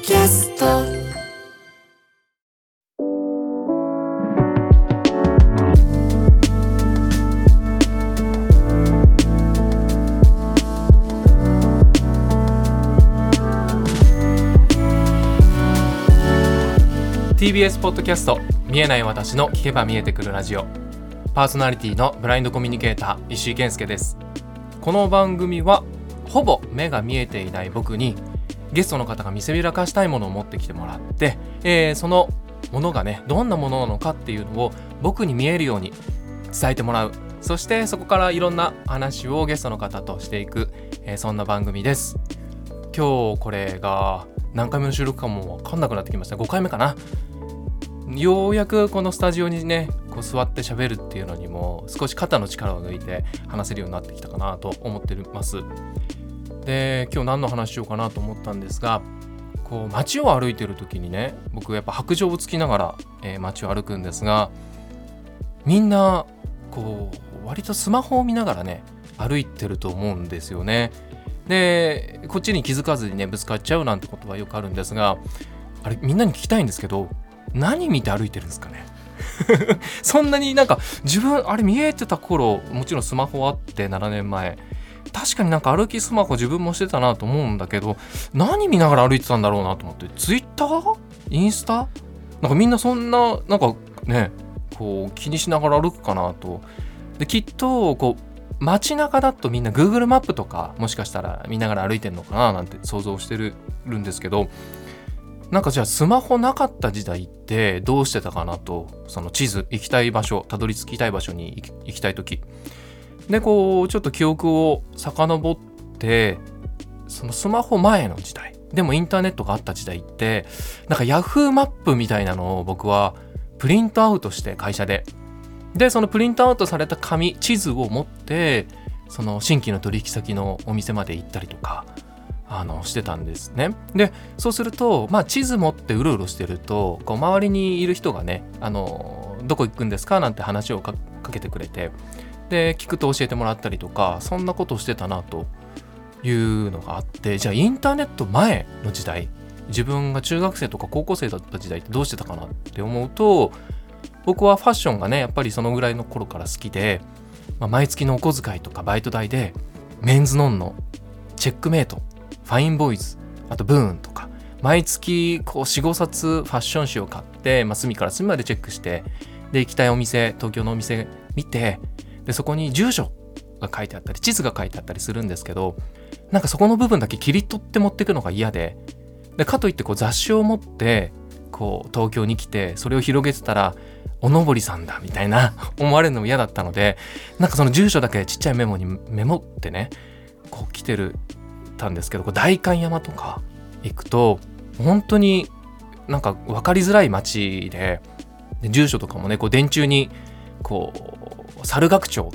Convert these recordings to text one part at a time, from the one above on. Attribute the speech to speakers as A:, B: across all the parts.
A: キャスト。
B: TBS ポッドキャスト、見えない私の聞けば見えてくるラジオ。パーソナリティのブラインドコミュニケーター石井健介です。この番組はほぼ目が見えていない僕にゲストの方が見せびらかしたいものを持ってきてもらって、そのものがねどんなものなのかっていうのを僕に見えるように伝えてもらう。そしてそこからいろんな話をゲストの方としていく、そんな番組です。今日これが何回目の収録かも分かんなくなってきました。5回目かな。ようやくこのスタジオにねこう座って喋るっていうのにも少し肩の力を抜いて話せるようになってきたかなと思ってます。で、今日何の話しようかなと思ったんですが、こう街を歩いてる時にね、僕やっぱ白杖をつきながら、街を歩くんですが、みんなこう割とスマホを見ながらね歩いてると思うんですよね。で、こっちに気づかずにねぶつかっちゃうなんてことはよくあるんですが、あれみんなに聞きたいんですけど、何見て歩いてるんですかねそんなになんか自分あれ見えてた頃、もちろんスマホあって7年前確かになんか歩きスマホ自分もしてたなと思うんだけど、何見ながら歩いてたんだろうなと思って、ツイッター？インスタ？なんかみんなそんななんかねこう気にしながら歩くかなと。で、きっとこう街中だとみんな Google マップとかもしかしたら見ながら歩いてるのかななんて想像してるんですけど、なんかじゃあスマホなかった時代ってどうしてたかなと。その地図、行きたい場所、たどり着きたい場所に行きたい時で、こうちょっと記憶を遡って、そのスマホ前の時代でもインターネットがあった時代って、なんか Yahoo マップみたいなのを僕はプリントアウトして会社でそのプリントアウトされた紙地図を持ってその新規の取引先のお店まで行ったりとかしてたんですね。で、そうすると、地図持ってうろうろしてると、こう周りにいる人がね、どこ行くんですかなんて話をかけてくれて、で聞くと教えてもらったりとか、そんなことをしてたなというのがあって、じゃあインターネット前の時代、自分が中学生とか高校生だった時代ってどうしてたかなって思うと、僕はファッションがねやっぱりそのぐらいの頃から好きで、毎月のお小遣いとかバイト代でメンズノンノ、チェックメイト、ファインボーイズ、あとブーンとか毎月こう 4,5 冊ファッション誌を買って、隅から隅までチェックして、で行きたいお店、東京のお店見て、でそこに住所が書いてあったり地図が書いてあったりするんですけど、なんかそこの部分だけ切り取って持っていくのが嫌で、かといってこう雑誌を持ってこう東京に来てそれを広げてたらおのぼりさんだみたいな思われるのも嫌だったので、なんかその住所だけちっちゃいメモにメモってねこう来てたんですけど、代官山とか行くと本当になんか分かりづらい街で、住所とかもねこう電柱にこう猿楽町って、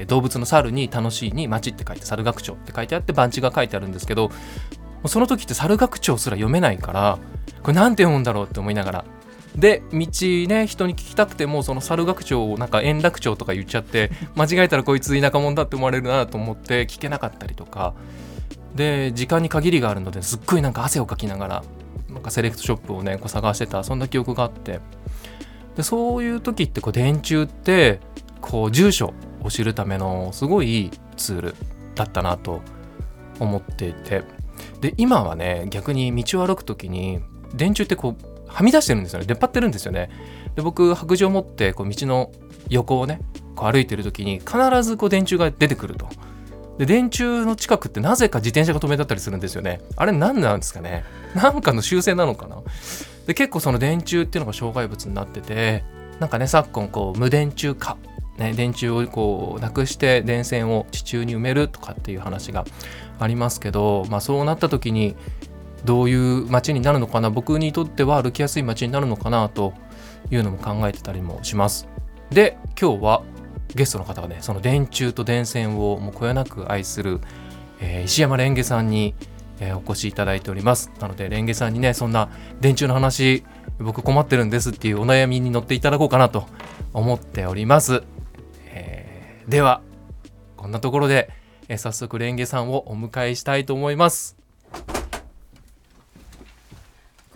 B: 動物の猿に楽しいに町って書いて猿楽町って書いてあって番地が書いてあるんですけど、その時って猿楽町すら読めないから、これなんて読むんだろうって思いながら、で道ね人に聞きたくてもその猿楽町をなんか円楽町とか言っちゃって、間違えたらこいつ田舎者だって思われるなと思って聞けなかったりとかで、時間に限りがあるのですっごいなんか汗をかきながらなんかセレクトショップをねこう探してた、そんな記憶があって、でそういう時ってこう電柱ってこう住所を知るためのすごいいいツールだったなと思っていて、で今はね逆に道を歩く時に電柱ってこうはみ出してるんですよね。出っ張ってるんですよね。で僕白杖を持ってこう道の横をねこう歩いてる時に必ずこう電柱が出てくると。で電柱の近くってなぜか自転車が止めてあったりするんですよね。あれ何なんですかね。なんかの習性なのかな。で結構その電柱っていうのが障害物になってて、なんかね昨今こう無電柱化、ね、電柱をこうなくして電線を地中に埋めるとかっていう話がありますけど、そうなった時にどういう街になるのかな、僕にとっては歩きやすい街になるのかなというのも考えてたりもします。で今日はゲストの方がねその電柱と電線をもうこよなく愛する、石山レンゲさんに、お越しいただいております。なのでレンゲさんにねそんな電柱の話僕困ってるんですっていうお悩みに乗っていただこうかなと思っております。ではこんなところで、早速レンゲさんをお迎えしたいと思います。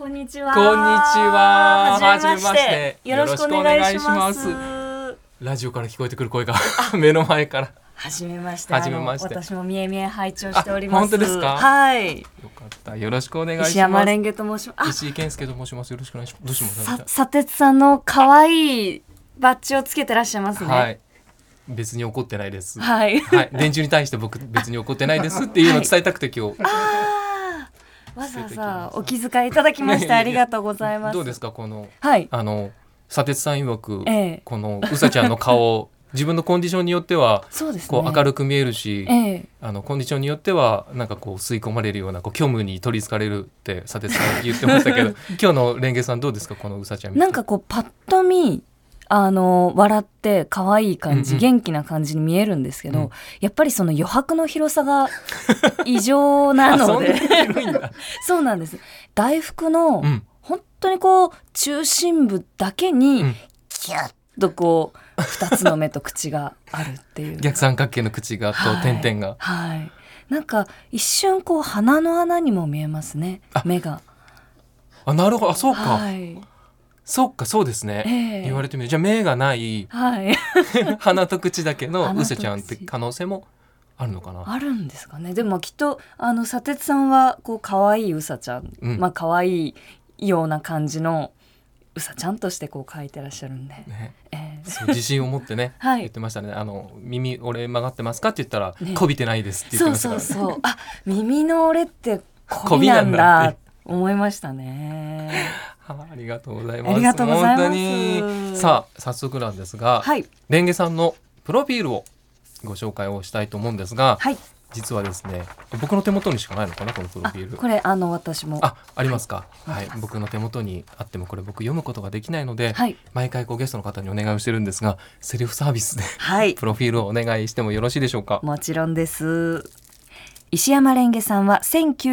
A: こんにちは。
B: こんにちは。
A: はじめまして。よろしくお願いします。
B: ラジオから聞こえてくる声が目の前から。
A: はじめまして。私もみえみえ拝聴しております。
B: 本当ですか。
A: はい。
B: よかった。よろしくお願いします。
A: 石山レンゲと申します。
B: 石井健介と申します。よろしくお願いします。どうします。
A: 砂鉄さんの可愛いバッジをつけてらっしゃいますね。
B: はい。別に怒ってないです。
A: はい。
B: はい。電柱に対して僕別に怒ってないですっていうのを伝えたくて今日。
A: わざわざお気遣いいただきましてありがとうございます。
B: どうですかこの、
A: はい、
B: 砂鉄さん曰く、このうさちゃんの顔自分のコンディションによっては
A: そうです、ね、
B: こう明るく見えるし、コンディションによってはなんかこう吸い込まれるようなこう虚無に取りつかれるって砂鉄さん言ってましたけど今日のレンゲさんどうですかこのうさちゃん。
A: なんかこうパッと見笑って可愛い感じ、元気な感じに見えるんですけど、やっぱりその余白の広さが異常なのでそうなんです。大福の、本当にこう中心部だけにキュッとこう2つの目と口があるっていう
B: 逆三角形の口がと点々が、
A: はい、なんか一瞬こう鼻の穴にも見えますね目が。
B: なるほど。そうか、
A: はい、
B: そうかそうですね、言われてみる。じゃあ目がない、鼻と口だけのうさちゃんって可能性もあるのかな。
A: あるんですかね。でもきっと砂鉄さんはこう可愛いうさちゃん、可愛いような感じのうさちゃんとしてこう描いてらっしゃるんで、
B: そう自信を持ってね、言ってましたね。耳俺曲がってますかって言ったら、こびてないですって言ってましたからね。
A: そう耳の俺ってこびなんだって思いましたね。
B: ありがとうございます。
A: ありがとうございます。
B: 本当に。さあ早速なんですが、レンゲさんのプロフィールをご紹介をしたいと思うんですが、実はですね僕の手元にしかないのかなこのプロフィール。
A: これ私も
B: ありますか。僕の手元にあってもこれ僕読むことができないので、毎回ゲストの方にお願いをしてるんですがセルフサービスで、プロフィールをお願いしてもよろしいでしょうか。
A: もちろんです。石山レンゲさんは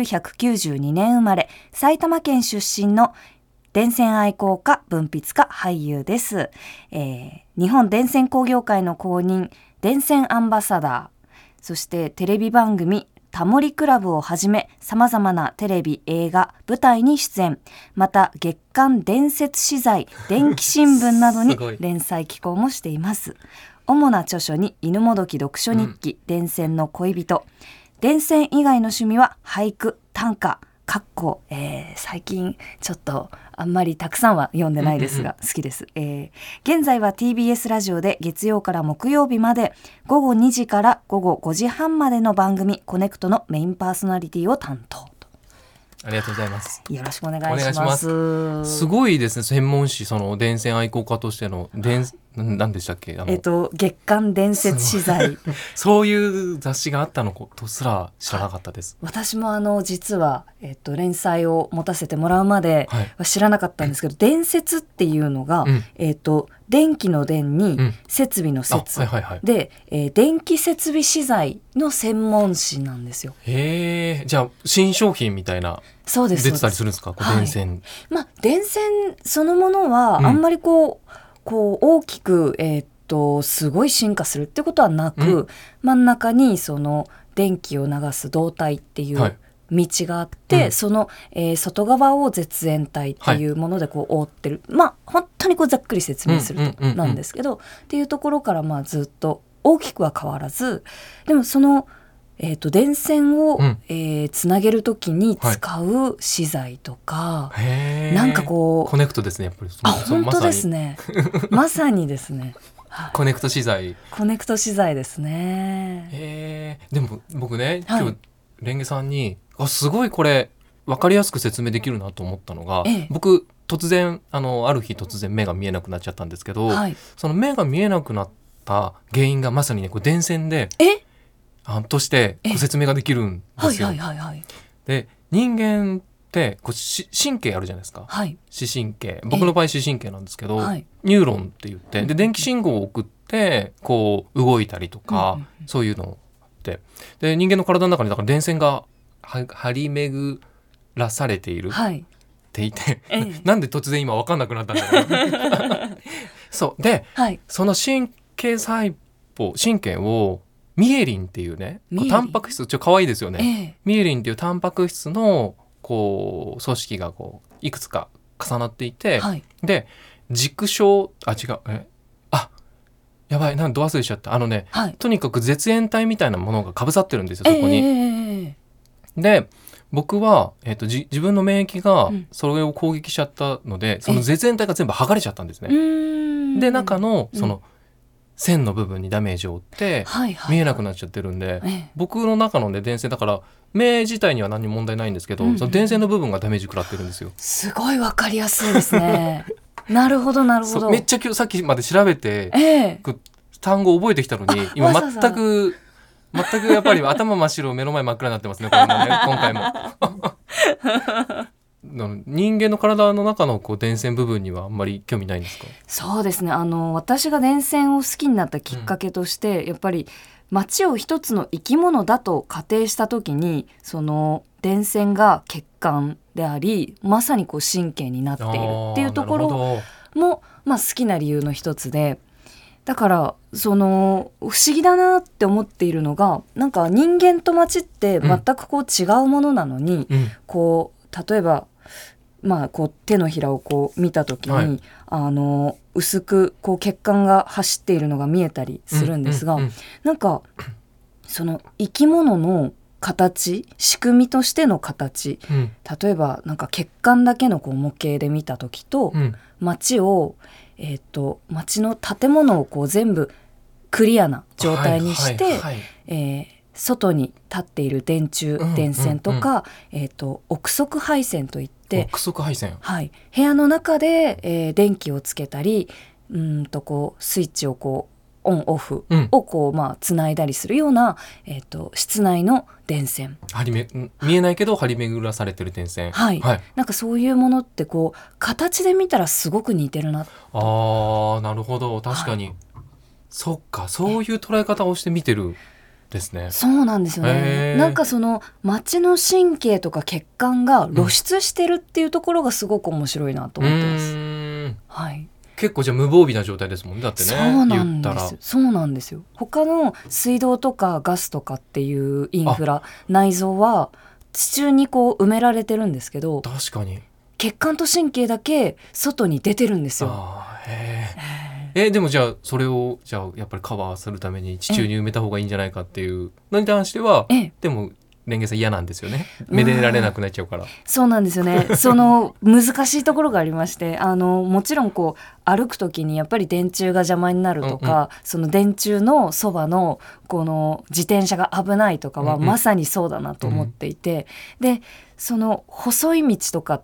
A: 1992年生まれ、埼玉県出身の電線愛好家、文筆家、俳優です。日本電線工業会の公認、電線アンバサダー、そしてテレビ番組、タモリクラブをはじめ、様々なテレビ、映画、舞台に出演、また月刊伝説資材、電気新聞などに連載寄稿もしています。主な著書に、犬もどき読書日記、電線の恋人、電線以外の趣味は俳句、短歌、最近ちょっとあんまりたくさんは読んでないですが、好きです。現在は TBS ラジオで月曜から木曜日まで午後2時から午後5時半までの番組コネクトのメインパーソナリティを担当。
B: ありがとうございます。
A: よろしくお願いします。
B: すごいですね。専門誌、その電線愛好家としての何でしたっけ。
A: 月刊伝説資材
B: そういう雑誌があったのとすら知らなかったです。
A: 私も実は、連載を持たせてもらうまでは知らなかったんですけど、伝説っていうのが、電気の電に設備の設、で、電気設備資材の専門誌なんですよ。
B: じゃあ新商品みたいな出てたりするんですか。電線、
A: 電線そのものはあんまりこう大きく、すごい進化するってことはなく、真ん中にその電気を流す導体っていう道があって、その、外側を絶縁体っていうものでこう覆ってる、本当にざっくり説明するとなんですけど、っていうところからずっと大きくは変わらず、でもその電線を、つなげるときに使う資材とか、なんか
B: コネクトですねやっぱり。
A: 本当ですねまさにですね
B: コネクト資材
A: ですね。
B: でも僕ね、今日レンゲさんにすごいこれ分かりやすく説明できるなと思ったのが、僕突然ある日突然目が見えなくなっちゃったんですけど、その目が見えなくなった原因がまさにね電線でとして説明ができるんですよ。で人間って神経あるじゃないですか、視神経。僕の場合視神経なんですけど、ニューロンって言って、で電気信号を送ってこう動いたりとか、そういうのってで人間の体の中にだから電線が張り巡らされているっていて、なんで突然今分かんなくなったんだろうそうで、その神経細胞神経をミエリンっていうねタンパク質、可愛いですよね、ミエリンっていうタンパク質の組織がいくつか重なっていて、
A: はい、
B: で軸小違うやばいなんど忘れしちゃった
A: はい、
B: とにかく絶縁体みたいなものがかぶさってるんですよそこに、で僕は、自分の免疫がそれを攻撃しちゃったので、その絶縁体が全部剥がれちゃったんですね。で中のその線の部分にダメージを負って見えなくなっちゃってるんで、僕の中の、ね、電線だから目自体には何も問題ないんですけど、その電線の部分がダメージ食らってるんですよ。
A: すごいわかりやすいですね。なるほどなるほど。
B: めっちゃ今日さっきまで調べて、単語覚えてきたのに今全くやっぱり頭真っ白目の前真っ暗になってますねこれもね今回も人間の体の中のこう電線部分にはあんまり興味ないんですか？
A: そうですね、私が電線を好きになったきっかけとして、やっぱり街を一つの生き物だと仮定した時にその電線が血管でありまさにこう神経になっているっていうところも、好きな理由の一つで、だからその不思議だなって思っているのが、なんか人間と街って全くこう違うものなのに、こう例えばこう手のひらをこう見た時に、薄くこう血管が走っているのが見えたりするんですが、なんかその生き物の形、仕組みとしての形、例えばなんか血管だけのこう模型で見た時と、街を街の建物をこう全部クリアな状態にして、外に立っている電柱、電線とか、憶測配線といって、
B: 憶測配線、
A: 部屋の中で、電気をつけたりこうスイッチをこうオンオフをこう、つないだりするような、室内の電線、
B: 見えないけど張り巡らされてる電線、
A: なんかそういうものってこう形で見たらすごく似てるな。
B: なるほど、確かに、そっか、そういう捉え方をして見てるですね。
A: そうなんですよね。なんかその街の神経とか血管が露出してるっていうところがすごく面白いなと思ってます。
B: 結構じゃあ無防備な状態ですもんね、だってね。
A: そうなんですよ。他の水道とかガスとかっていうインフラ、内臓は地中にこう埋められてるんですけど、
B: 確かに
A: 血管と神経だけ外に出てるんですよ。
B: でもじゃあそれをじゃあやっぱりカバーするために地中に埋めた方がいいんじゃないかっていうのに関しては、でもレンゲさん嫌なんですよね。めでられなくなっちゃうから。
A: そうなんですよね。その難しいところがありまして、もちろんこう歩くときにやっぱり電柱が邪魔になるとか、その電柱のそばのこの自転車が危ないとかはまさにそうだなと思っていて、でその細い道とかって、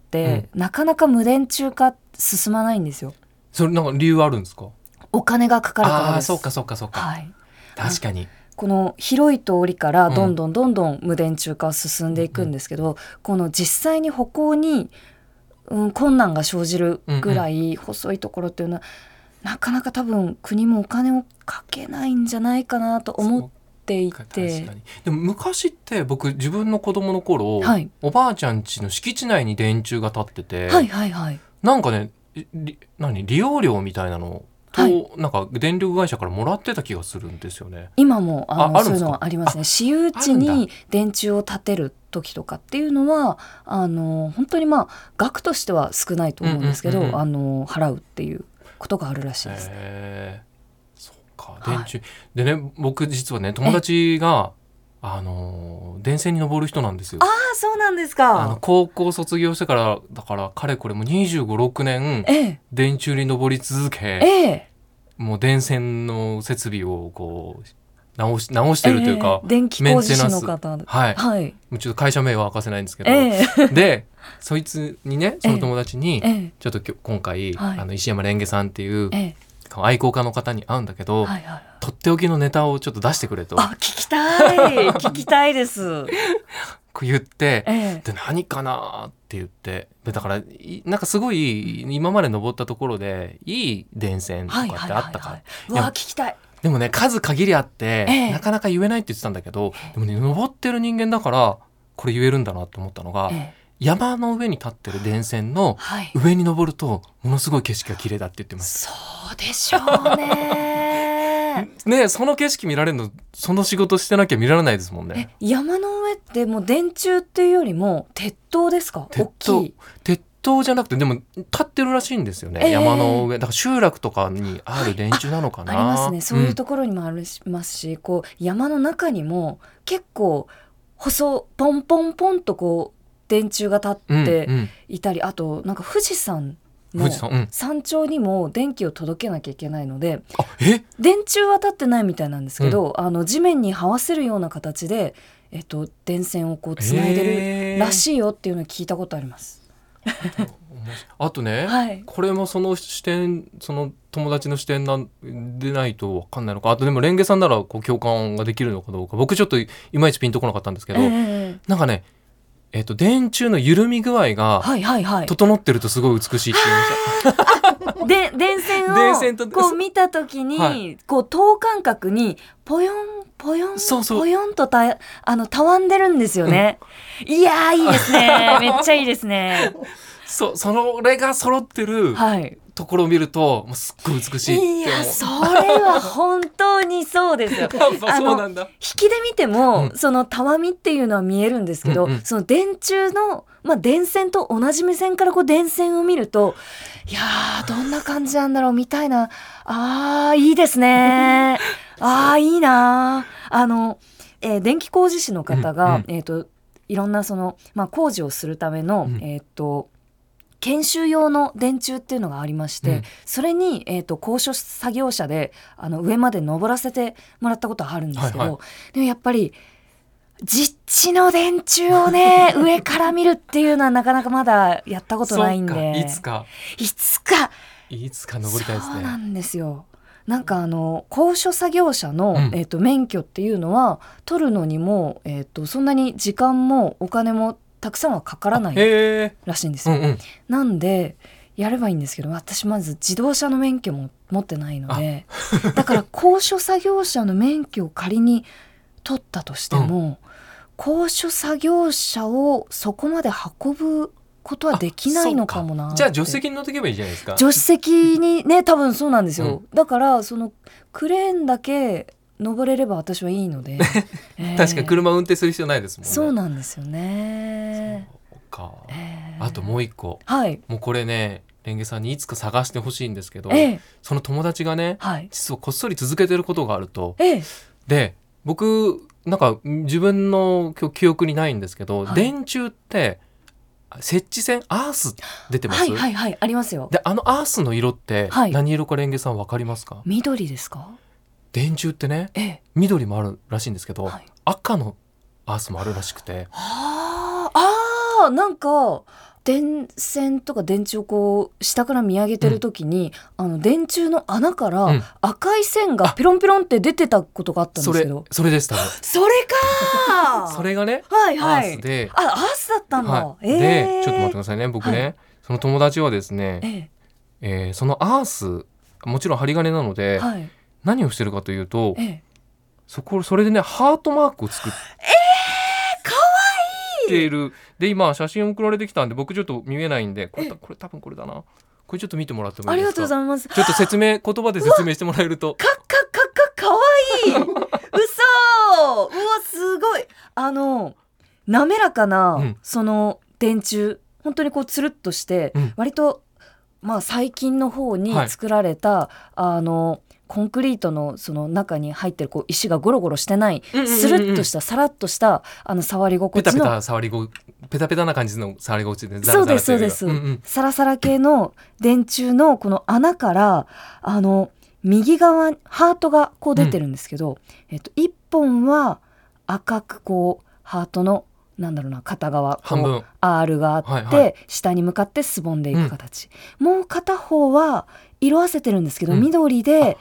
A: なかなか無電柱化進まないんですよ。
B: それなんか理由あるんですか？
A: お金がかかるからです。
B: そうか、確かに
A: この広い通りからどんどん無電柱化は進んでいくんですけど、この実際に歩行に、困難が生じるぐらい細いところっていうのは、なかなか多分国もお金をかけないんじゃないかなと思っていて。
B: でも昔って僕自分の子供の頃、おばあちゃん家の敷地内に電柱が立ってて、なんかね利用料みたいなのなんか電力会社からもらってた気がするんですよね。
A: 今もそういうのはありますね。私有地に電柱を立てる時とかっていうのは本当に額としては少ないと思うんですけど、払うっていうことがあるらしいです。
B: そうか、電柱、でね、僕実はね友達が電線に登る人なんですよ。
A: そうなんですか。
B: 高校卒業してからだからかれこれも25、6年、電柱に登り続け、もう電線の設備をこう直してるというか、
A: 電気工事士の方、
B: もうちょっと会社名は明かせないんですけど、でそいつにね、その友達に、ちょっと今回、石山レンゲさんっていう、愛好家の方に会うんだけど、とっておきのネタをちょっと出してくれと。
A: 聞きたいです
B: 言って、で何かなって言って、でだからなんかすごい今まで登ったところでいい電線とかってあったか、
A: 聞きたい。
B: でもね数限りあって、なかなか言えないって言ってたんだけど、でもね登ってる人間だからこれ言えるんだなと思ったのが、山の上に立ってる電線の上に登るとものすごい景色が綺麗だって言ってます。
A: そうでしょうね
B: ね、その景色見られるの、その仕事してなきゃ見られないですもんね。
A: 山の上ってもう電柱っていうよりも鉄塔ですか？大きい
B: 鉄塔じゃなくてでも立ってるらしいんですよね、山の上だから集落とかにある電柱なのかな、
A: ありますね、そういうところにもありますし、こう山の中にも結構ポンポンポンとこう電柱が立っていたり、あとなんか富士山の山頂にも電気を届けなきゃいけないので、電柱は立ってないみたいなんですけど、地面に這わせるような形で、電線をこうつないでるらしいよっていうのを聞いたことあります。
B: あとね、はい、これもその視点、その友達の視点でないと分かんないのか、あとでもレンゲさんならこう共感ができるのかどうか、僕ちょっといまいちピンとこなかったんですけど、なんかね、電柱の緩み具合が整ってるとすごい美しいって言いました。
A: で電線をこう見た時に、はい、こう等間隔にポヨンポヨンポヨンとたわんでるんですよね、いやーいいですねめっちゃいいですね。
B: それが揃ってる、はい、ところを見るともうすっごい美しいって思う。
A: いやそれは本当にそうですよ
B: そうなんだ。
A: 引きで見ても、そのたわみっていうのは見えるんですけど、その電柱の、電線と同じ目線からこう電線を見ると、いやーどんな感じなんだろうみたいな、いいですねいいな。電気工事士の方が、いろんなその、工事をするための、研修用の電柱っていうのがありまして、それに、高所作業車で上まで登らせてもらったことがあるんですけど、でもやっぱり実地の電柱をね上から見るっていうのはなかなかまだやったことないんで、
B: いつか登りたいですね。
A: そうなんですよ。なんか高所作業車の、免許っていうのは取るのにも、そんなに時間もお金もたくさんはかからないらしいんですよ、なんでやればいいんですけど、私まず自動車の免許も持ってないので、だから高所作業車の免許を仮に取ったとしても、高所作業車をそこまで運ぶことはできないのかもな。
B: じゃあ助手席に乗っていけばいいじゃないですか。
A: 助手席にね、多分そうなんですよ、だからそのクレーンだけ登れれば私はいいので
B: 確かに車運転する必要ないですもんね。
A: そうなんですよね。
B: そうか、あともう一個、もうこれねレンゲさんにいつか探してほしいんですけど、その友達がね、実はこっそり続けてることがあると、で僕なんか自分の記憶にないんですけど、電柱って設置線アース出てます？
A: ありますよ。
B: でアースの色って何色かレンゲさん分かりますか？
A: 緑ですか？
B: 電柱ってね、緑もあるらしいんですけど、赤のアースもあるらしくて、
A: なんか電線とか電柱をこう下から見上げてる時に、電柱の穴から赤い線がピロンピロンって出てたことがあったんですけど、
B: それでしたね。
A: それか
B: それがね、
A: ア
B: ースで、
A: アースだったんだ、
B: でちょっと待ってくださいね。僕ね、その友達はですね、そのアースもちろん針金なので、何をしてるかというと、それでねハートマークを作って
A: かわいい
B: いる。で今写真送られてきたんで僕ちょっと見えないんで、これ多分これだな。これちょっと見てもらってもいいですか？
A: ありがとうございます。
B: ちょっと言葉で説明してもらえると。
A: かわいい嘘、うわすごい、滑らかな、その電柱、本当にこうつるっとして、割と最近の方に作られた、コンクリートのその中に入ってるこう石がゴロゴロしてない、スルッとしたサラッとした触り心地の
B: ペタペタな感じの触り心地で、
A: そうですサラサラ系の電柱のこの穴から右側にハートがこう出てるんですけど、1本は赤くこうハートの片側
B: 半分
A: R があって、下に向かってすぼんでいく形、もう片方は色あせてるんですけど、緑で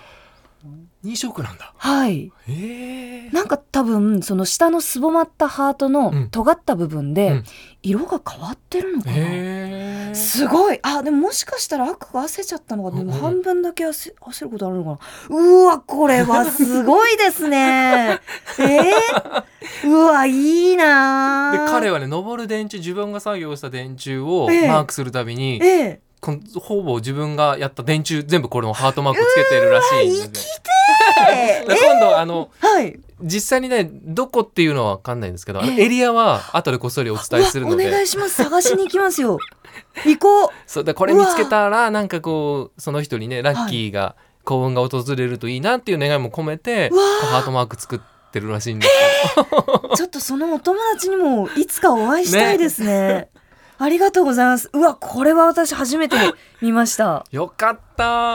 B: 2色なんだ。
A: なんか多分その下のすぼまったハートの尖った部分で色が変わってるのかな、すごい。でももしかしたら赤があせちゃったのか、でも半分だけあせることあるのかな。うわこれはすごいですねうわいいな。
B: で彼はね、登る電柱、自分が作業した電柱をマークするたびに、ほぼ自分がやった電柱全部これのハートマークつけてるらしいんですね。今度実際にねどこっていうのは分かんないんですけど、エリアは後でこっそりお伝えするので、
A: お願いします。探しに行きますよ行こう。
B: そうだ、これ見つけたらなんかこうその人にねラッキーが、幸運が訪れるといいなっていう願いも込めて、ハートマーク作ってるらしいんですよ。
A: ちょっとそのお友達にもいつかお会いしたいですね。ありがとうございます。うわ、これは私初めて見ました。
B: よかった。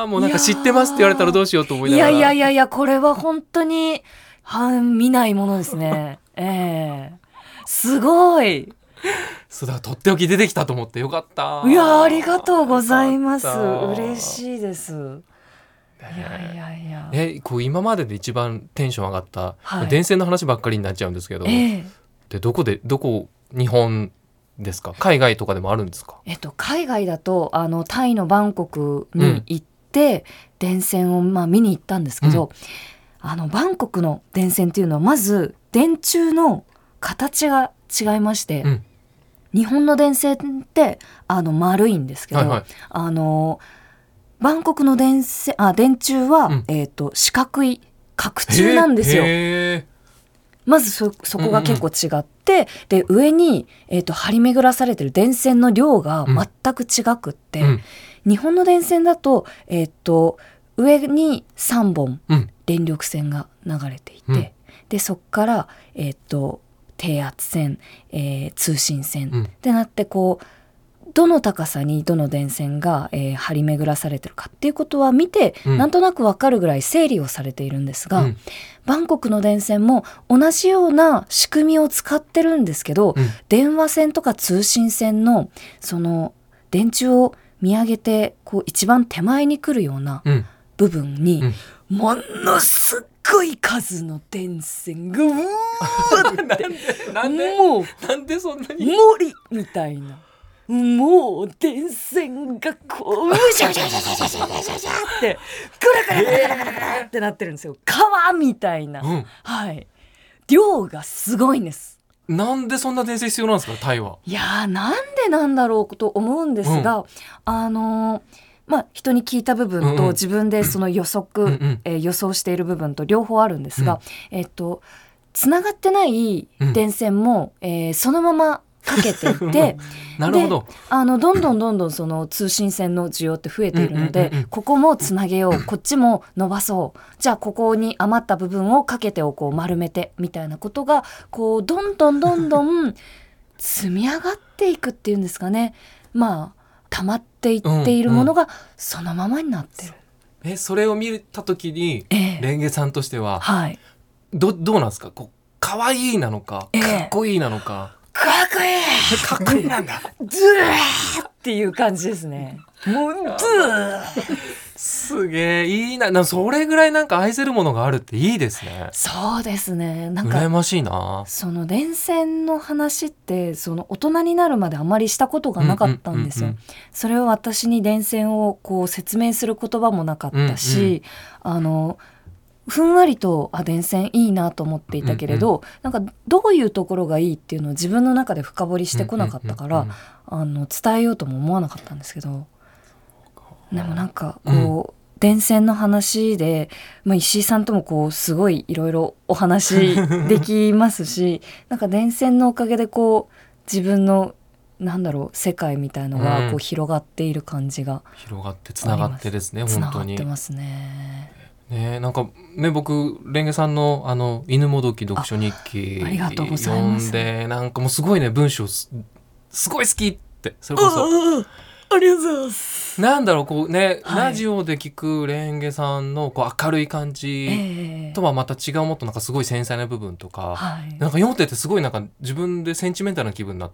B: もうなんか知ってますって言われたらどうしようと思いながら。
A: いや、これは本当に見ないものですね。すごい。
B: そうだ、とっておき出てきたと思ってよかった。
A: いや、ありがとうございます。嬉しいです。
B: こう今までで一番テンション上がった、電線の話ばっかりになっちゃうんですけど、でどこ日本ですか？海外とかでもあるんですか？
A: 海外だとタイのバンコクに行って、電線を見に行ったんですけど、バンコクの電線っていうのはまず電柱の形が違いまして、日本の電線って丸いんですけど、バンコクの電柱は、四角い角柱なんですよ。まずそこが結構違って、で上に、張り巡らされてる電線の量が全く違くって、日本の電線だと、上に3本電力線が流れていて、でそこから、低圧線、通信線ってなって、こうどの高さにどの電線が、張り巡らされてるかっていうことは見て、なんとなく分かるぐらい整理をされているんですが、バンコクの電線も同じような仕組みを使ってるんですけど、電話線とか通信線のその電柱を見上げてこう一番手前に来るような部分に、ものすごい数の電線がうわーって
B: なんでそんなに
A: 森みたいな、もう電線がこううしゃうしゃうしゃうしゃうしゃうってぐらぐらぐらぐらぐらってなってるんですよ。川みたいな、量がすごいんです。
B: なんでそんな電線必要なんですか、タイは。
A: いや、なんでなんだろうと思うんですが、人に聞いた部分と自分でその予測、予想している部分と両方あるんですが、つながってない電線も、そのままかけていて
B: なるほど。
A: どんどんその通信線の需要って増えているので、ここもつなげよう、こっちも伸ばそう、じゃあここに余った部分をかけておこう、丸めてみたいなことがこうどんどん積み上がっていくっていうんですかね。溜まっていっているものがそのままになってる。
B: それを見た時に、レンゲさんとしては、どうなんですか？こう可愛いなのか、かっこいいなのか。
A: かっこいい、
B: かっこいいなんだ。
A: ズーっていう感じですね。もうズー
B: すげえいいな。それぐらいなんか愛せるものがあるっていいですね。
A: そうですね。なんか
B: 羨ましいな。
A: その電線の話ってその大人になるまであまりしたことがなかったんですよ。それを私に電線をこう説明する言葉もなかったし、ふんわりと電線いいなと思っていたけれど、なんかどういうところがいいっていうのを自分の中で深掘りしてこなかったから、伝えようとも思わなかったんですけど、でもなんかこう、電線の話で、石井さんともこうすごいいろいろお話できますしなんか電線のおかげでこう自分の世界みたいのがこう広がっている感じが、
B: 広がってつながってですね。本当に
A: つながってますね。
B: なんかね、僕レンゲさんの犬もどき読書日記
A: ありがとうございます。
B: 読んで、なんかもうすごいね、文章すごい好きって、それこそ
A: ありがとうございます。
B: なんだろう、こうね、ラジオで聞くレンゲさんのこう明るい感じとはまた違う、もっとなんかすごい繊細な部分とか、なんか読んでてすごいなんか自分でセンチメンタルな気分になって、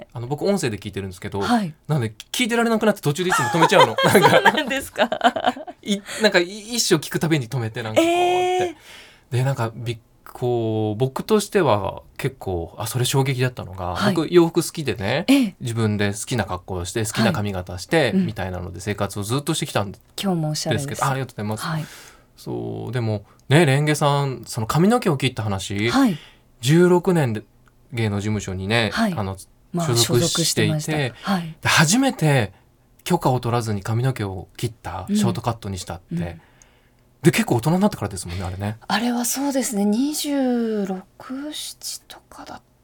B: 僕音声で聞いてるんですけど、なので聞いてられなくなって途中でいつも止めちゃうの。
A: なんですか？
B: なんか一生聞くたびに止めて、なんかこうってで、なんかこう僕としては結構それ衝撃だったのが、僕洋服好きでね、自分で好きな格好をして好きな髪型して、みたいなので生活をずっとしてきたんですけど、
A: 今日もおしゃれです。
B: ありがとうございます。そうでもね、レンゲさんその髪の毛を切った話、16年で芸能事務所にね、所属していて、初めて許可を取らずに髪の毛を切った、ショートカットにしたって、で結構大人になってからですもんね、あれね。
A: あれはそうですね、26、7とかだっ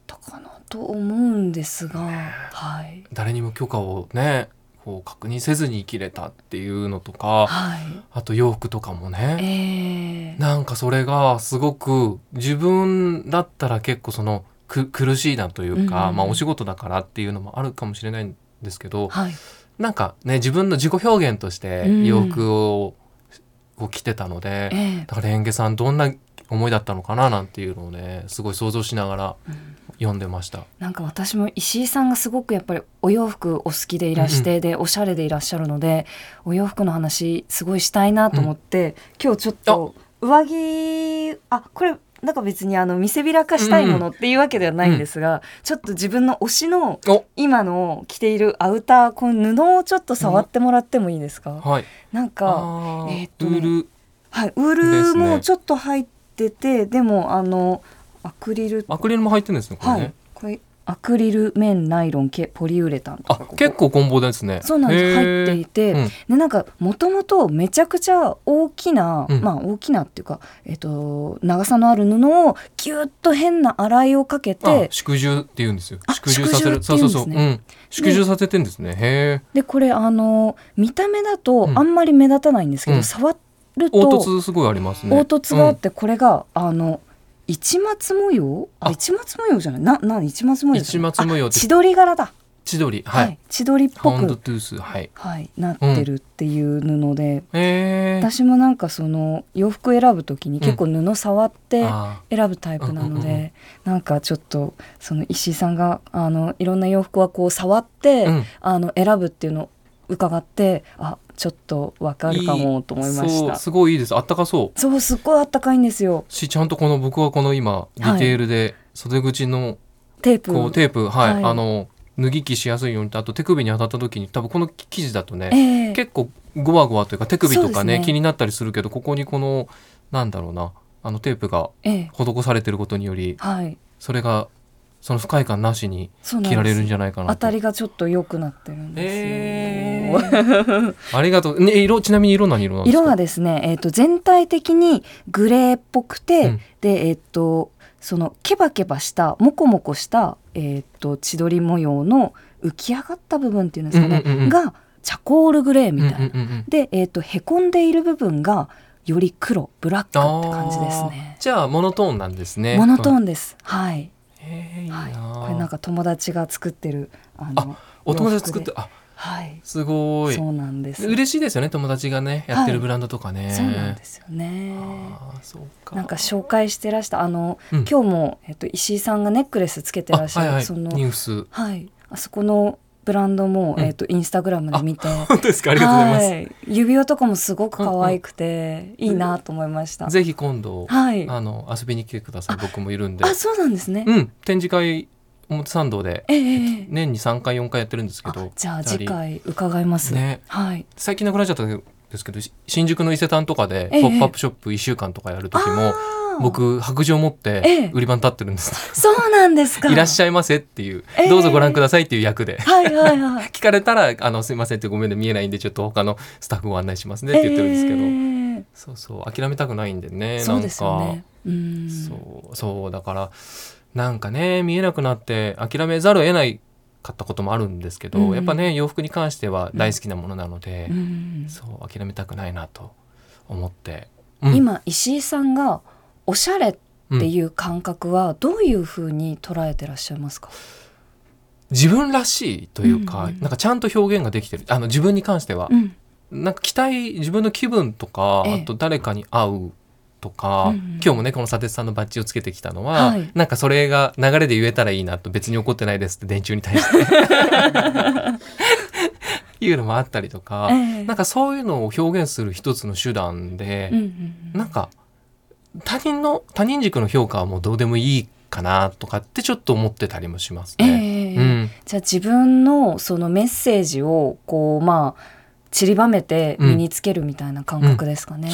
A: たかなと思うんですが、はい、
B: 誰にも許可をねこう確認せずに着れたっていうのとか、
A: はい、
B: あと洋服とかもね、なんかそれがすごく自分だったら結構その苦しいなというか、まあ、お仕事だからっていうのもあるかもしれないんですけど、
A: はい、
B: なんかね自分の自己表現として洋服を着てたので、だからレンゲさんどんな思いだったのかななんていうのをねすごい想像しながら読んでました。
A: なんか私も石井さんがすごくやっぱりお洋服お好きでいらして、でおしゃれでいらっしゃるのでお洋服の話すごいしたいなと思って、今日ちょっと上着これなんか別に見せびらかしたいものっていうわけではないんですが、ちょっと自分の推しの今の着ているアウターこの布をちょっと触ってもらってもいいですか？
B: はい、
A: なんか
B: ウール、
A: はい、ウールもちょっと入ってて、でもアクリル
B: も入ってるんですねこれね、
A: はい、これアクリル綿ナイロンポリウレタンとか
B: 結構コンボですね。
A: そうなんです、入っていて、でなんかもともとめちゃくちゃ大きな、まあ大きなっていうか、長さのある布をギュッと変な洗いをかけて
B: 縮重っていうんですよ。縮重させる、そう、縮重させてんですね。へ
A: でこれ見た目だとあんまり目立たないんですけど、触ると
B: 凹凸すごいありますね。
A: 凹凸があって、これが市松模様、市松模様じゃない市松模様じゃない、
B: 市松模様って
A: 千鳥柄だ、
B: 千鳥、
A: はい、千鳥っぽく
B: トゥース、はい
A: はい、なってるっていう布で、私もなんかその洋服選ぶときに結構布触って選ぶタイプなので、なんかちょっとその石井さんがいろんな洋服はこう触って、選ぶっていうのを伺って、ちょっとわかるかもと思いました。
B: すごいいいです。あったかそう。
A: そう、すっごいあったかいんですよ。
B: ちゃんと僕はこの今ディテールで袖口の
A: テープ、
B: はい、脱ぎ着しやすいようにと、あと手首に当たった時に多分この生地だとね、結構ゴワゴワというか手首とかね気になったりするけど、ここにこのなんだろうなテープが施されてることにより、それがその不快感なしに着られるんじゃないかなと。
A: 当たりがちょっと良くなってるんですよ。
B: ありがとう、ね、ちなみに色何色なんですか？
A: 色はですね、全体的にグレーっぽくて、でそのケバケバしたモコモコした、千鳥模様の浮き上がった部分っていうんですかね、がチャコールグレーみたいな、で、へこんでいる部分がより黒ブラックって感じですね。
B: じゃあモノトーンなんですね。
A: モノトーンです。はい、
B: いいな。
A: これなんか友達が作ってる
B: お友達作って
A: はい、
B: すごい。
A: そうなんです。
B: 嬉しいですよね、友達がねやってるブランドとかね。
A: そうなんですよね。
B: そうか。
A: なんか紹介してらした今日も、石井さんがネックレスつけてらっしゃる、その
B: ニュース、
A: はい、あそこのブランドも、インスタグラムで見て、
B: 本当ですか？ありがとうございます。
A: 指輪とかもすごく可愛くて、いいなと思いました。
B: ぜひ今度、遊びに来てください。僕もいるんで。
A: そうなんですね。
B: 展示会表参道で、年に3回4回やってるんですけど、
A: じゃあ次回伺いますね。はい、
B: 最近なくなっちゃったんですけど、新宿の伊勢丹とかでポップアップショップ1週間とかやる時も、僕白杖を持って売り場に立ってるんです。
A: そうなんですか。
B: いらっしゃいませっていう、どうぞご覧くださいっていう役で、聞かれたらすいませんって、ごめんね見えないんでちょっと他のスタッフを案内しますねって言ってるんですけど、そう諦めたくないんでね。
A: そうですよね。
B: そうだからなんかね見えなくなって諦めざるを得ないかったこともあるんですけど、やっぱね洋服に関しては大好きなものなので、そう諦めたくないなと思って、
A: 今石井さんがおしゃれっていう感覚はどういうふうに捉えてらっしゃいますか？
B: 自分らしいというか、なんかちゃんと表現ができてる、自分に関しては、なんか自分の気分とか、あと誰かに会うとか、今日もねこの砂鉄さんのバッジをつけてきたのは、なんかそれが流れで言えたらいいなと、別に怒ってないですって電柱に対していうのもあったりとか、なんかそういうのを表現する一つの手段で、なんか他人軸の評価はもうどうでもいいかなとかってちょっと思ってたりもしますね。
A: じゃあ自分のそのメッセージをこう散りばめて身につけるみたいな感覚ですかね。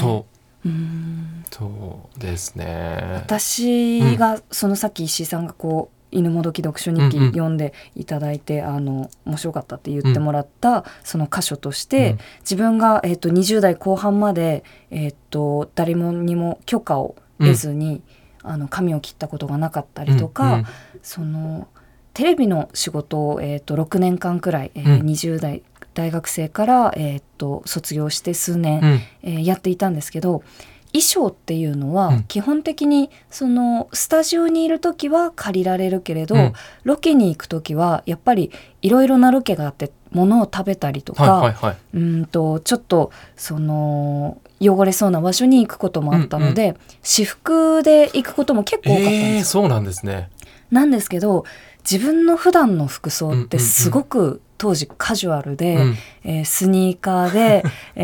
B: そうですね。
A: 私がそのさっき石井さんがこう犬もどき読書日記読んでいただいて、面白かったって言ってもらったその箇所として、自分が、20代後半まで、誰にも許可を得ずに、 髪を切ったことがなかったりとか、
B: うん
A: そのテレビの仕事を、6年間くらい、20代大学生から、卒業して数年、やっていたんですけど、衣装っていうのは基本的にそのスタジオにいる時は借りられるけれど、ロケに行く時はやっぱりいろいろなロケがあって物を食べたりとか、ちょっとその汚れそうな場所に行くこともあったので、私服で行くことも結構多かったんです。
B: そうなんですね。
A: なんですけど自分の普段の服装ってすごく当時カジュアルで、スニーカーで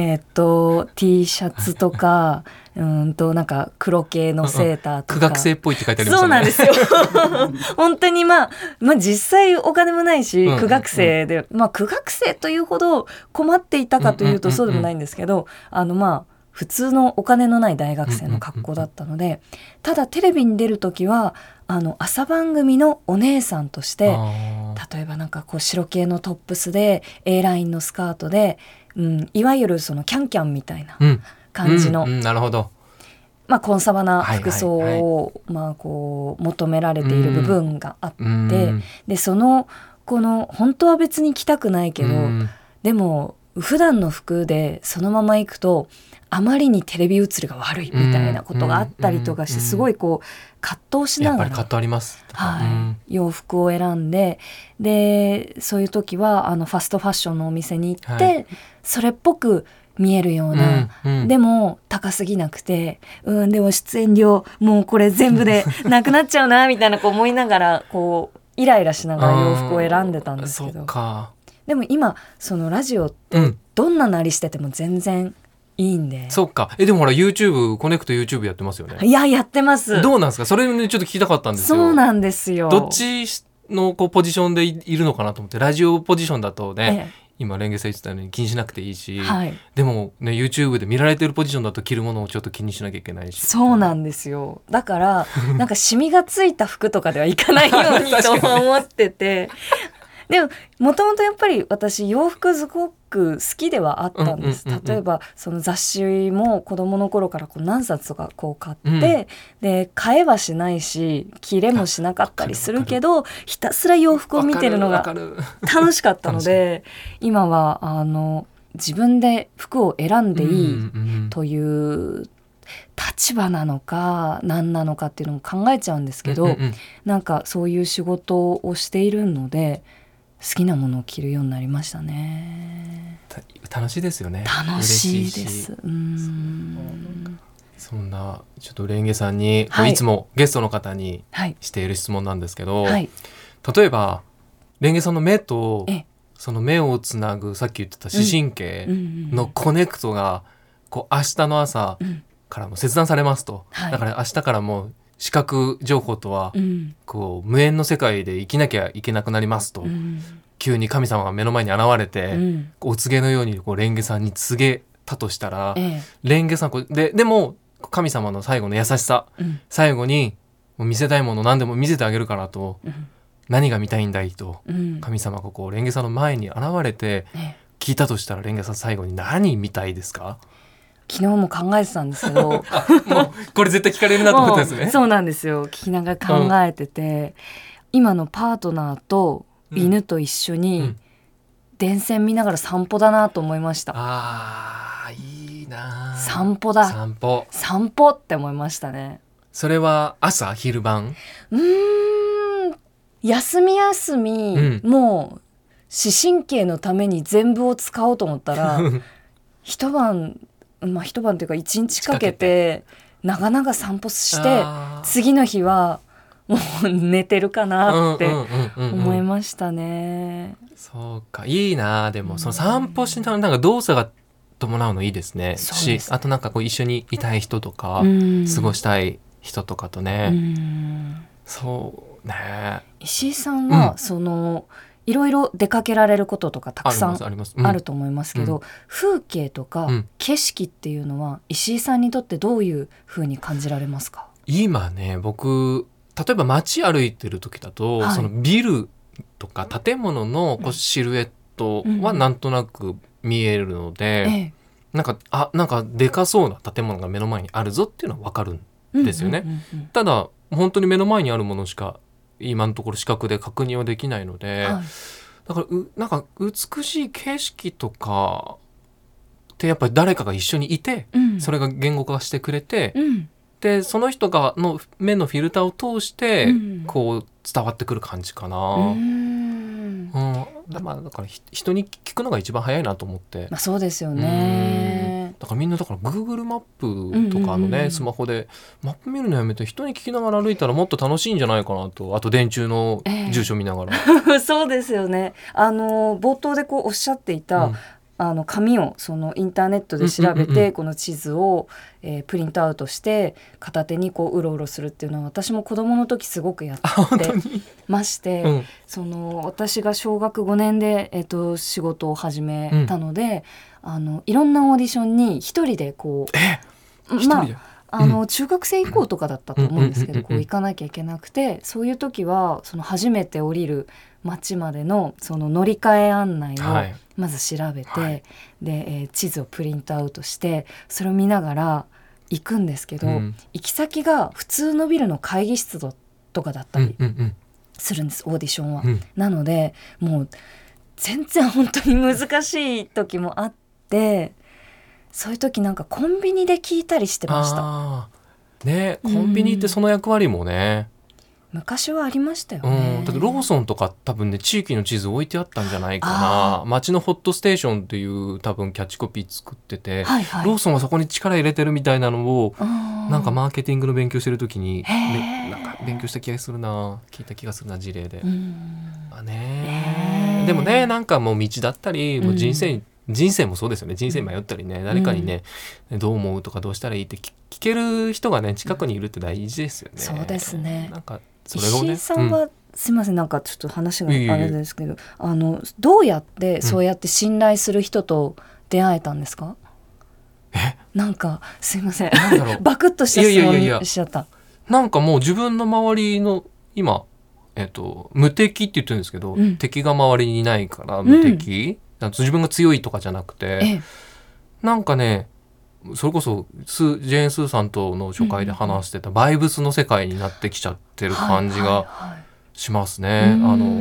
A: T シャツとかなんか黒系のセーターとか、
B: 苦学生っぽいって書いてありますよね。
A: そうなんですよ本当にまあ実際お金もないし苦学生で、苦学生というほど困っていたかというとそうでもないんですけど、普通のお金のない大学生の格好だったので、ただテレビに出るときは朝番組のお姉さんとして、例えばなんかこう白系のトップスで A ラインのスカートで、いわゆるそのキャンキャンみたいな感じの、
B: なるほど、
A: コンサバな服装を、こう求められている部分があって、でそのこの本当は別に着たくないけど、でも普段の服でそのまま行くとあまりにテレビ映りが悪いみたいなことがあったりとかして、すごいこう葛藤しながら、
B: やっぱり葛藤あります、
A: 洋服を選んで、でそういう時はファストファッションのお店に行って、それっぽく見えるような、でも高すぎなくて、でも出演料もうこれ全部でなくなっちゃうなみたいな思いながらこうイライラしながら洋服を選んでたんですけど、でも今そのラジオってどんななりしてても全然いいんで、
B: そうか。でもほら YouTube コネクト YouTube やってますよね。
A: いややってます。
B: どうなんですか、それちょっと聞きたかったんですよ。
A: そうなんですよ。
B: どっちのこうポジションで いるのかなと思って。ラジオポジションだとね、今レンゲさん言ってたように気にしなくていいし、でもね YouTube で見られてるポジションだと着るものをちょっと気にしなきゃいけないし。
A: そうなんですよ。だからなんかシミがついた服とかではいかないようにと思っててでももともとやっぱり私洋服すごく好きではあったんです。例えばその雑誌も子供の頃からこう何冊とかこう買って、で買えはしないし着れもしなかったりするけど、ひたすら洋服を見てるのが楽しかったので、今は自分で服を選んでいいという立場なのか何なのかっていうのも考えちゃうんですけど、なんかそういう仕事をしているので好きなものを着るようになりましたね。
B: 楽しいですよね。
A: 楽しいです。
B: そんなちょっとレンゲさんに、いつもゲストの方にしている質問なんですけど、例えばレンゲさんの目とその目をつなぐさっき言ってた視神経のコネクトがこう明日の朝からも切断されますと、だから明日からもう視覚情報とはこう無縁の世界で生きなきゃいけなくなりますと、急に神様が目の前に現れて、お告げのようにこうレンゲさんに告げたとしたら、レンゲさんでも神様の最後の優しさ、最後にもう見せたいもの何でも見せてあげるからと、何が見たいんだいと、神様がこうレンゲさんの前に現れて聞いたとしたら、レンゲさん最後に何見たいですか？
A: 昨日も考えてたんですけどもう
B: これ絶対聞かれるなと思ったんですね。
A: そうなんですよ。聞きながら考えてて、今のパートナーと犬と一緒に電線見ながら散歩だなと思いました。
B: いいな。
A: 散歩だ。散歩って思いましたね。
B: それは朝昼晩？
A: 休み休み、もう視神経のために全部を使おうと思ったら一晩というか一日かけて長々散歩して次の日はもう寝てるかなって思いましたね。
B: そうか、いいな。でもその散歩しながらなんか動作が伴うのいいですね。あとなんかこう一緒にいたい人とか過ごしたい人とかとね。そうね。石
A: 井さんはそのいろいろ出かけられることとかたくさんあると思いますけど、風景とか景色っていうのは石井さんにとってどういう風に感じられますか？
B: 今ね、僕例えば街歩いてる時だと、そのビルとか建物のこうシルエットはなんとなく見えるので、なんかでかそうな建物が目の前にあるぞっていうのは分かるんですよね。ただ本当に目の前にあるものしか今のところ視覚で確認はできないので、はい、だからなんか美しい景色とかってやっぱり誰かが一緒にいて、それが言語化してくれて、でその人がの目のフィルターを通してこう伝わってくる感じかな。だから人に聞くのが一番早いなと思って、
A: そうですよね。
B: だからみんなだから Google マップとかね、スマホでマップ見るのやめて人に聞きながら歩いたらもっと楽しいんじゃないかなと。あと電柱の住所見ながら、
A: そうですよね。冒頭でこうおっしゃっていた、紙をそのインターネットで調べて、この地図を、プリントアウトして片手にこううろうろするっていうのは私も子供の時すごくやってまして、その私が小学5年で、仕事を始めたので、いろんなオーディションに一人でこう中学生以降とかだったと思うんですけど、こう行かなきゃいけなくて、そういう時はその初めて降りる町までのその乗り換え案内をまず調べて、で、地図をプリントアウトしてそれを見ながら行くんですけど、行き先が普通のビルの会議室とかだったりするんです、オーディションは。なのでもう全然本当に難しい時もあって、そういう時なんかコンビニで聞いたりしてました。
B: ね、コンビニってその役割もね、
A: 昔はありましたよね。
B: だってローソンとか多分ね地域の地図置いてあったんじゃないかな。街のホットステーションっていう多分キャッチコピー作ってて、ローソンはそこに力入れてるみたいなのをなんかマーケティングの勉強してる時に、なんか勉強した気がするな、聞いた気がするな、事例で。でもね、なんかもう道だったりもう人生もそうですよね。人生迷ったりね、誰かにね、どう思うとかどうしたらいいって聞ける人がね近くにいるって大事ですよね。そうですね。なんかそれをね、石井さんは、
A: すいません、なんかちょっと話があれですけど、どうやってそうやって信頼する人と出会えたんですか？なんかすいません、バクッとした質問しちゃった。
B: なんかもう自分の周りの今、無敵って言ってるんですけど、敵が周りにいないから無敵、自分が強いとかじゃなくて、なんかね、それこそジェーン・スーさんとの初回で話してたバイブスの世界になってきちゃってる感じがしますね。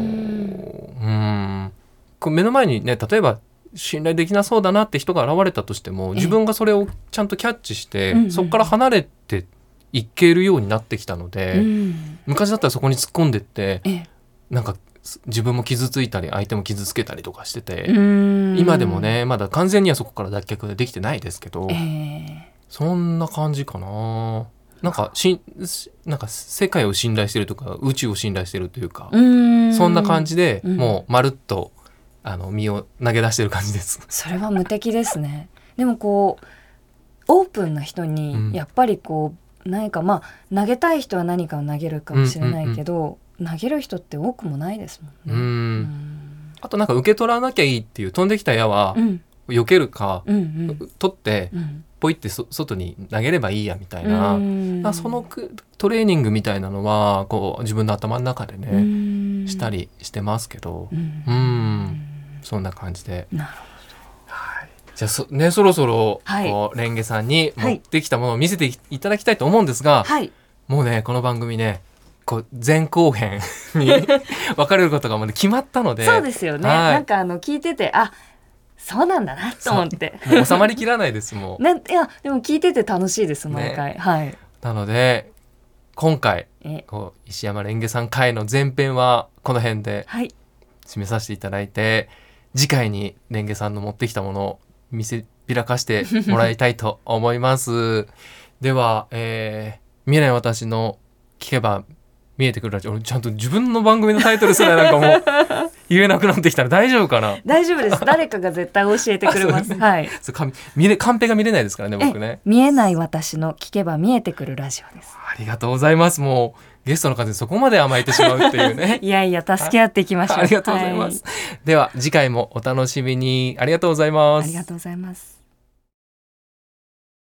B: 目の前にね、例えば信頼できなそうだなって人が現れたとしても、自分がそれをちゃんとキャッチして、そこから離れていけるようになってきたので、昔だったらそこに突っ込んでって、なんか自分も傷ついたり相手も傷つけたりとかしてて、今でもねまだ完全にはそこから脱却できてないですけど、そんな感じかな。なんか世界を信頼してるとか宇宙を信頼してるというか、そんな感じでもうまるっと身を投げ出してる感じです。
A: それは無敵ですね。でもこうオープンな人にやっぱりこう何か投げたい人は何かを投げるかもしれないけど、投げる人って多くもないですもんね。
B: あとなんか受け取らなきゃいいっていう、飛んできた矢は避けるか、取ってポイって外に投げればいいやみたいな、そのトレーニングみたいなのはこう自分の頭の中でねしたりしてますけど、そんな感じで。なるほど。じゃあそろそろレンゲさんに持ってきたものを見せていただきたいと思うんですが、もうねこの番組ねこう前後編に分かれることがもう決まったので。
A: そうですよね。なんか聞いててそうなんだなと思って、
B: もう収まりきらないですもう。
A: いやでも聞いてて楽しいです毎回、
B: なので今回こう石山レンゲさん回の前編はこの辺で締めさせていただいて、次回にレンゲさんの持ってきたものを見せびらかしてもらいたいと思いますでは、見えない私の聞けば見えてくるラジオ、ちゃんと自分の番組のタイトルすらなんかもう言えなくなってきたら大丈夫かな。
A: 大丈夫です。誰かが絶対教えてくれます。はい。
B: カンペが見れないですからね僕ね。
A: 見えない私の聞けば見えてくるラジオです。
B: ありがとうございます。もうゲストの方にそこまで甘えてしまうっていうね
A: いやいや助け合っていきましょう。
B: ありがとうございます、では次回もお楽しみに。ありがとうございます。
A: ありがとうございます。